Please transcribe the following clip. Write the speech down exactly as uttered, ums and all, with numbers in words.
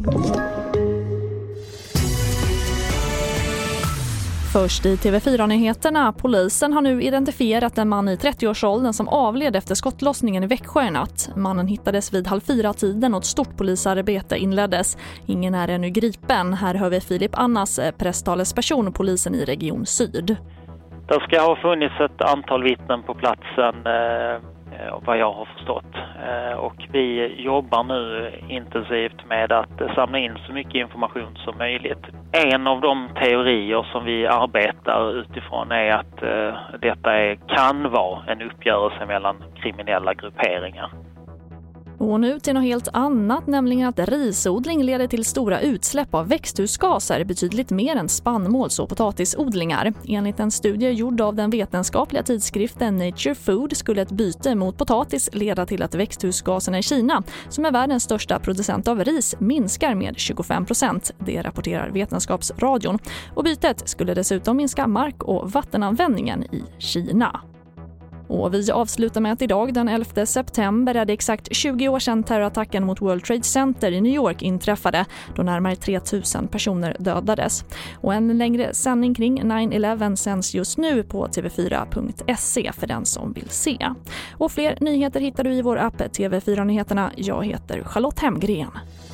Först i T V fyra-nyheterna. Polisen har nu identifierat en man i trettioårsåldern som avled efter skottlossningen i Växjö i natt. Mannen hittades vid halv fyra tiden och ett stort polisarbete inleddes. Ingen är ännu gripen. Här hör vi Filip Annas, presstalesperson, polisen i Region Syd. Det ska ha funnits ett antal vittnen på platsen, eh, vad jag har förstått. Eh, och vi jobbar nu intensivt med att samla in så mycket information som möjligt. En av de teorier som vi arbetar utifrån är att eh, detta är, kan vara en uppgörelse mellan kriminella grupperingar. Och nu till något helt annat, nämligen att risodling leder till stora utsläpp av växthusgaser, betydligt mer än spannmåls- och potatisodlingar. Enligt en studie gjord av den vetenskapliga tidskriften Nature Food skulle ett byte mot potatis leda till att växthusgaserna i Kina, som är världens största producent av ris, minskar med tjugofem procent. Det rapporterar Vetenskapsradion. Och bytet skulle dessutom minska mark- och vattenanvändningen i Kina. Och vi avslutar med att idag den elfte september är det exakt tjugo år sedan terrorattacken mot World Trade Center i New York inträffade, då närmare tre tusen personer dödades. Och en längre sändning kring nio elva sänds just nu på t v fyra punkt se för den som vill se. Och fler nyheter hittar du i vår app T V fyra-nyheterna. Jag heter Charlotte Hemgren.